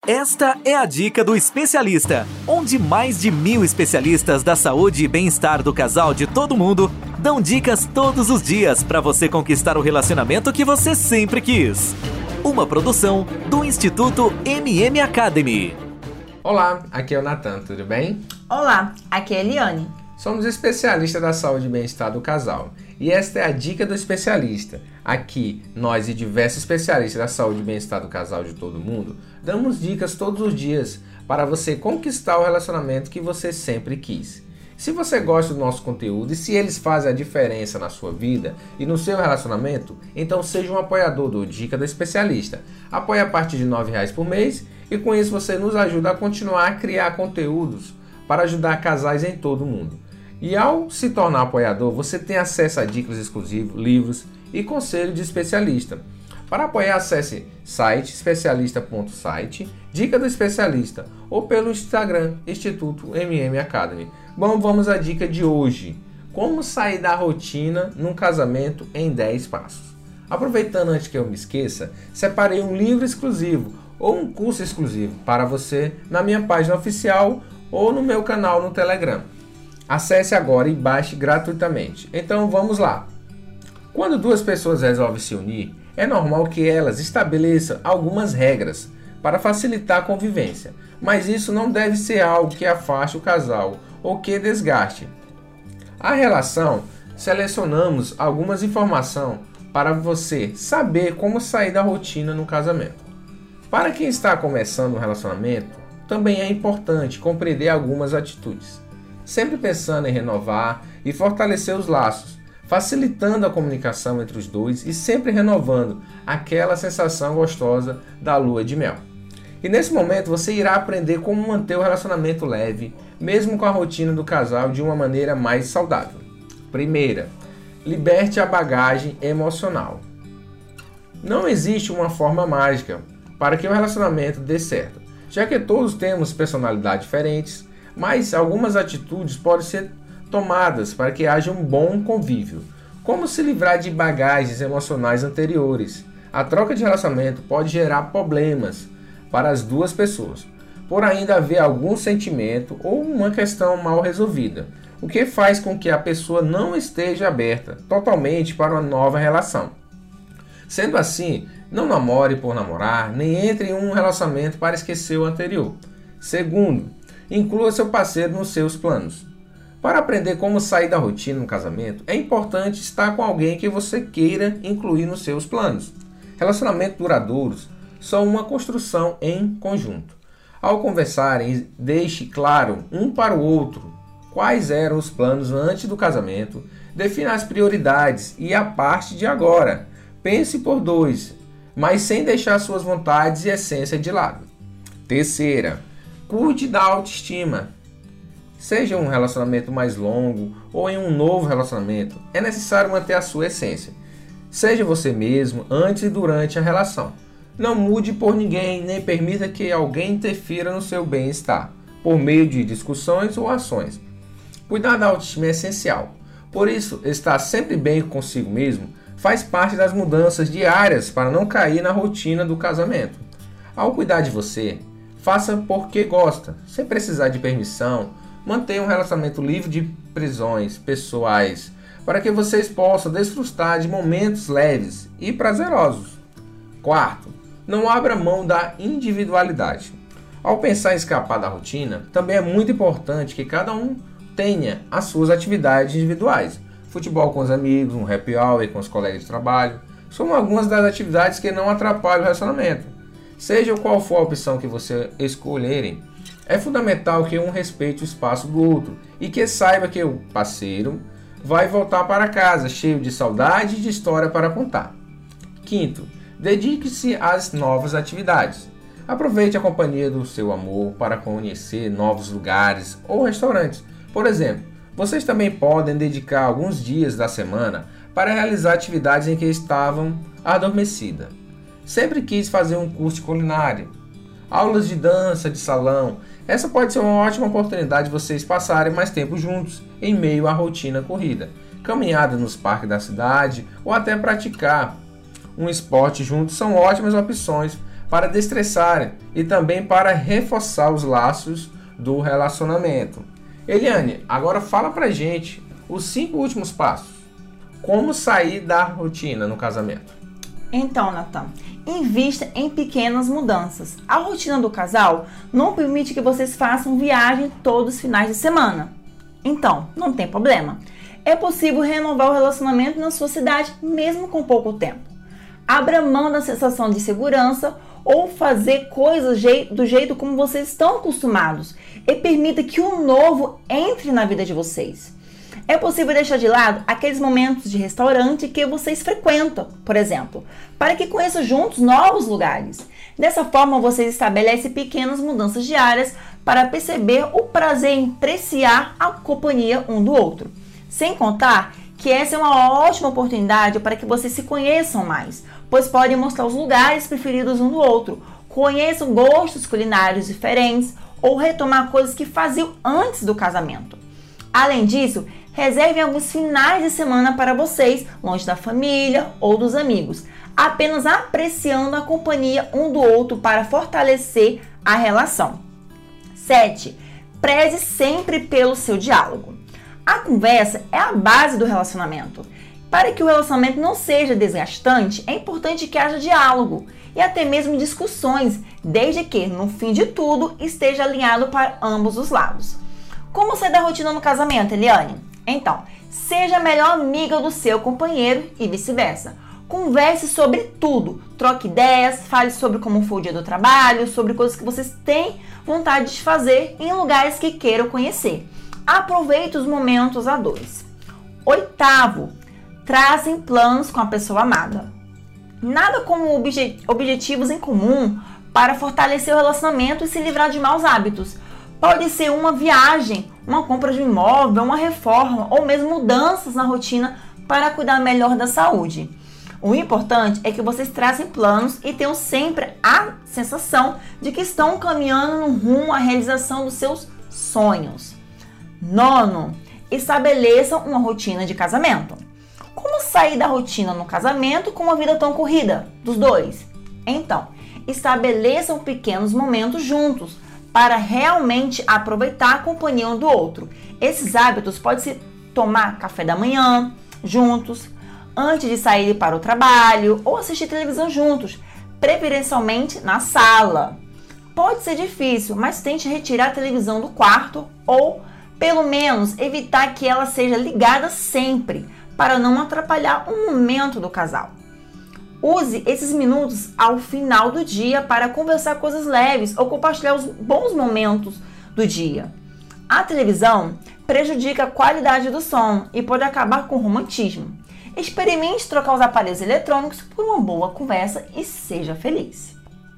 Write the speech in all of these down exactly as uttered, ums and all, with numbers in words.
Esta é a dica do especialista, onde mais de mil especialistas da saúde e bem-estar do casal de todo mundo dão dicas todos os dias para você conquistar o relacionamento que você sempre quis. Uma produção do Instituto M M Academy. Olá, aqui é o Natan, tudo bem? Olá, aqui é a Eliane. Somos especialistas da saúde e bem-estar do casal. E esta é a dica do especialista. Aqui, nós e diversos especialistas da saúde e bem-estar do casal de todo mundo damos dicas todos os dias para você conquistar o relacionamento que você sempre quis. Se você gosta do nosso conteúdo e se eles fazem a diferença na sua vida e no seu relacionamento, então seja um apoiador do Dica do Especialista. Apoie a partir de nove reais por mês e com isso você nos ajuda a continuar a criar conteúdos para ajudar casais em todo o mundo. E ao se tornar apoiador, você tem acesso a dicas exclusivas, livros e conselho de especialista. Para apoiar, acesse site especialista ponto site, Dica do Especialista, ou pelo Instagram, Instituto M M Academy. Bom, vamos à dica de hoje. Como sair da rotina num casamento em dez passos. Aproveitando antes que eu me esqueça, separei um livro exclusivo ou um curso exclusivo para você na minha página oficial ou no meu canal no Telegram. Acesse agora e baixe gratuitamente. Então vamos lá. Quando duas pessoas resolvem se unir, é normal que elas estabeleçam algumas regras para facilitar a convivência, mas isso não deve ser algo que afaste o casal ou que desgaste a relação. Selecionamos algumas informações para você saber como sair da rotina no casamento. Para quem está começando um relacionamento, também é importante compreender algumas atitudes, sempre pensando em renovar e fortalecer os laços, facilitando a comunicação entre os dois e sempre renovando aquela sensação gostosa da lua de mel. E nesse momento você irá aprender como manter o relacionamento leve, mesmo com a rotina do casal de uma maneira mais saudável. Primeira, liberte a bagagem emocional. Não existe uma forma mágica para que o relacionamento dê certo, já que todos temos personalidades diferentes, mas algumas atitudes podem ser tomadas para que haja um bom convívio. Como se livrar de bagagens emocionais anteriores? A troca de relacionamento pode gerar problemas para as duas pessoas, por ainda haver algum sentimento ou uma questão mal resolvida, o que faz com que a pessoa não esteja aberta totalmente para uma nova relação. Sendo assim, não namore por namorar, nem entre em um relacionamento para esquecer o anterior. Segundo, inclua seu parceiro nos seus planos. Para aprender como sair da rotina no casamento, é importante estar com alguém que você queira incluir nos seus planos. Relacionamentos duradouros são uma construção em conjunto. Ao conversarem, deixe claro um para o outro quais eram os planos antes do casamento, defina as prioridades e a parte de agora. Pense por dois, mas sem deixar suas vontades e essência de lado. Terceira, cuide da autoestima. Seja um relacionamento mais longo ou em um novo relacionamento, é necessário manter a sua essência. Seja você mesmo antes e durante a relação. Não mude por ninguém, nem permita que alguém interfira no seu bem-estar, por meio de discussões ou ações. Cuidar da autoestima é essencial. Por isso, estar sempre bem consigo mesmo faz parte das mudanças diárias para não cair na rotina do casamento. Ao cuidar de você, faça porque gosta, sem precisar de permissão. Mantenha um relacionamento livre de prisões pessoais, para que vocês possam desfrutar de momentos leves e prazerosos. Quarto, não abra mão da individualidade. Ao pensar em escapar da rotina, também é muito importante que cada um tenha as suas atividades individuais. Futebol com os amigos, um happy hour com os colegas de trabalho, são algumas das atividades que não atrapalham o relacionamento. Seja qual for a opção que você escolherem, é fundamental que um respeite o espaço do outro e que saiba que o parceiro vai voltar para casa cheio de saudade e de história para contar. Quinto, dedique-se às novas atividades. Aproveite a companhia do seu amor para conhecer novos lugares ou restaurantes. Por exemplo, vocês também podem dedicar alguns dias da semana para realizar atividades em que estavam adormecidas. Sempre quis fazer um curso de culinária, aulas de dança, de salão. Essa pode ser uma ótima oportunidade de vocês passarem mais tempo juntos, em meio à rotina corrida. Caminhada nos parques da cidade ou até praticar um esporte juntos são ótimas opções para destressar e também para reforçar os laços do relacionamento. Eliane, agora fala pra gente os cinco últimos passos. Como sair da rotina no casamento? Então, Natan, invista em pequenas mudanças. A rotina do casal não permite que vocês façam viagem todos os finais de semana. Então, não tem problema. É possível renovar o relacionamento na sua cidade, mesmo com pouco tempo. Abra mão da sensação de segurança ou fazer coisas do jeito como vocês estão acostumados e permita que o novo entre na vida de vocês. É possível deixar de lado aqueles momentos de restaurante que vocês frequentam, por exemplo, para que conheçam juntos novos lugares. Dessa forma, vocês estabelecem pequenas mudanças diárias para perceber o prazer em apreciar a companhia um do outro. Sem contar que essa é uma ótima oportunidade para que vocês se conheçam mais, pois podem mostrar os lugares preferidos um do outro, conheçam gostos culinários diferentes ou retomar coisas que faziam antes do casamento. Além disso, reservem alguns finais de semana para vocês, longe da família ou dos amigos, apenas apreciando a companhia um do outro para fortalecer a relação. sete. Preze sempre pelo seu diálogo. A conversa é a base do relacionamento. Para que o relacionamento não seja desgastante, é importante que haja diálogo e até mesmo discussões, desde que, no fim de tudo, esteja alinhado para ambos os lados. Como sair da rotina no casamento, Eliane? Então, seja a melhor amiga do seu companheiro e vice-versa. Converse sobre tudo, troque ideias, fale sobre como foi o dia do trabalho, sobre coisas que vocês têm vontade de fazer em lugares que queiram conhecer. Aproveite os momentos a dois. Oitavo, tracem planos com a pessoa amada. Nada como obje- objetivos em comum para fortalecer o relacionamento e se livrar de maus hábitos. Pode ser uma viagem, uma compra de um imóvel, uma reforma ou mesmo mudanças na rotina para cuidar melhor da saúde. O importante é que vocês tracem planos e tenham sempre a sensação de que estão caminhando no rumo à realização dos seus sonhos. Nono, estabeleçam uma rotina de casamento. Como sair da rotina no casamento com uma vida tão corrida dos dois? Então, estabeleçam pequenos momentos juntos para realmente aproveitar a companhia um do outro. Esses hábitos podem ser tomar café da manhã juntos, antes de sair para o trabalho ou assistir televisão juntos, preferencialmente na sala. Pode ser difícil, mas tente retirar a televisão do quarto ou, pelo menos, evitar que ela seja ligada sempre, para não atrapalhar o momento do casal. Use esses minutos ao final do dia para conversar coisas leves ou compartilhar os bons momentos do dia. A televisão prejudica a qualidade do som e pode acabar com o romantismo. Experimente trocar os aparelhos eletrônicos por uma boa conversa e seja feliz.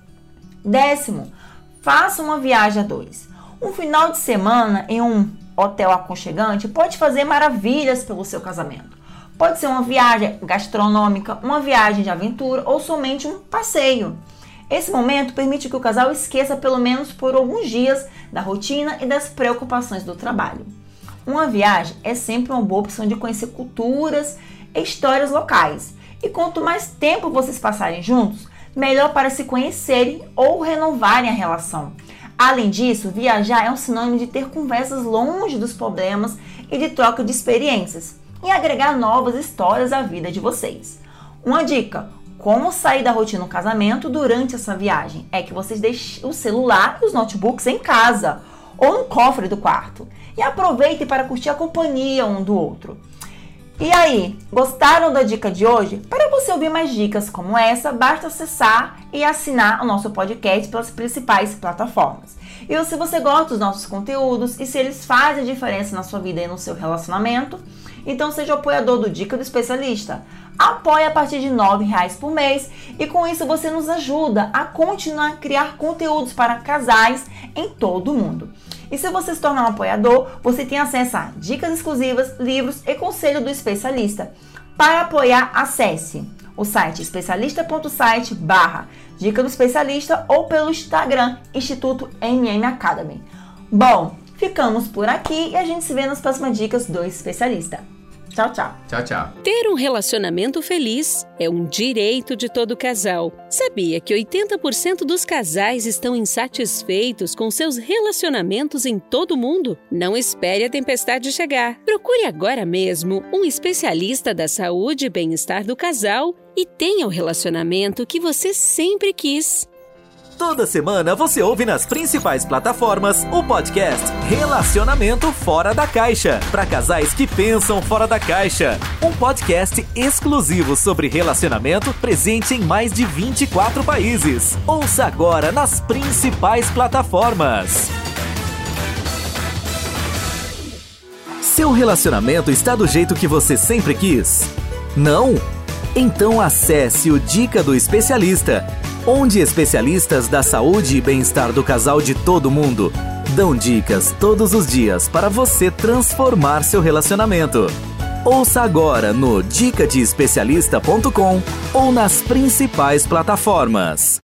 Décimo, faça uma viagem a dois. Um final de semana em um hotel aconchegante pode fazer maravilhas pelo seu casamento. Pode ser uma viagem gastronômica, uma viagem de aventura ou somente um passeio. Esse momento permite que o casal esqueça pelo menos por alguns dias da rotina e das preocupações do trabalho. Uma viagem é sempre uma boa opção de conhecer culturas e histórias locais. E quanto mais tempo vocês passarem juntos, melhor para se conhecerem ou renovarem a relação. Além disso, viajar é um sinônimo de ter conversas longe dos problemas e de troca de experiências e agregar novas histórias à vida de vocês. Uma dica: como sair da rotina no casamento durante essa viagem é que vocês deixem o celular e os notebooks em casa ou no cofre do quarto e aproveitem para curtir a companhia um do outro. E aí, gostaram da dica de hoje? Para você ouvir mais dicas como essa, basta acessar e assinar o nosso podcast pelas principais plataformas. E se você gosta dos nossos conteúdos e se eles fazem diferença na sua vida e no seu relacionamento, então seja o apoiador do Dica do Especialista. Apoie a partir de nove reais por mês e com isso você nos ajuda a continuar a criar conteúdos para casais em todo o mundo. E se você se tornar um apoiador, você tem acesso a dicas exclusivas, livros e conselho do especialista. Para apoiar, acesse o site especialista ponto site barra dica do especialista ou pelo Instagram Instituto M M Academy. Bom, ficamos por aqui e a gente se vê nas próximas dicas do especialista. Tchau, tchau. Tchau, tchau. Ter um relacionamento feliz é um direito de todo casal. Sabia que oitenta por cento dos casais estão insatisfeitos com seus relacionamentos em todo o mundo? Não espere a tempestade chegar. Procure agora mesmo um especialista da saúde e bem-estar do casal e tenha o relacionamento que você sempre quis. Toda semana você ouve nas principais plataformas o podcast Relacionamento Fora da Caixa, para casais que pensam fora da caixa. Um podcast exclusivo sobre relacionamento presente em mais de vinte e quatro países. Ouça agora nas principais plataformas. Seu relacionamento está do jeito que você sempre quis? Não? Então acesse o Dica do Especialista, onde especialistas da saúde e bem-estar do casal de todo mundo dão dicas todos os dias para você transformar seu relacionamento. Ouça agora no dica de especialista ponto com ou nas principais plataformas.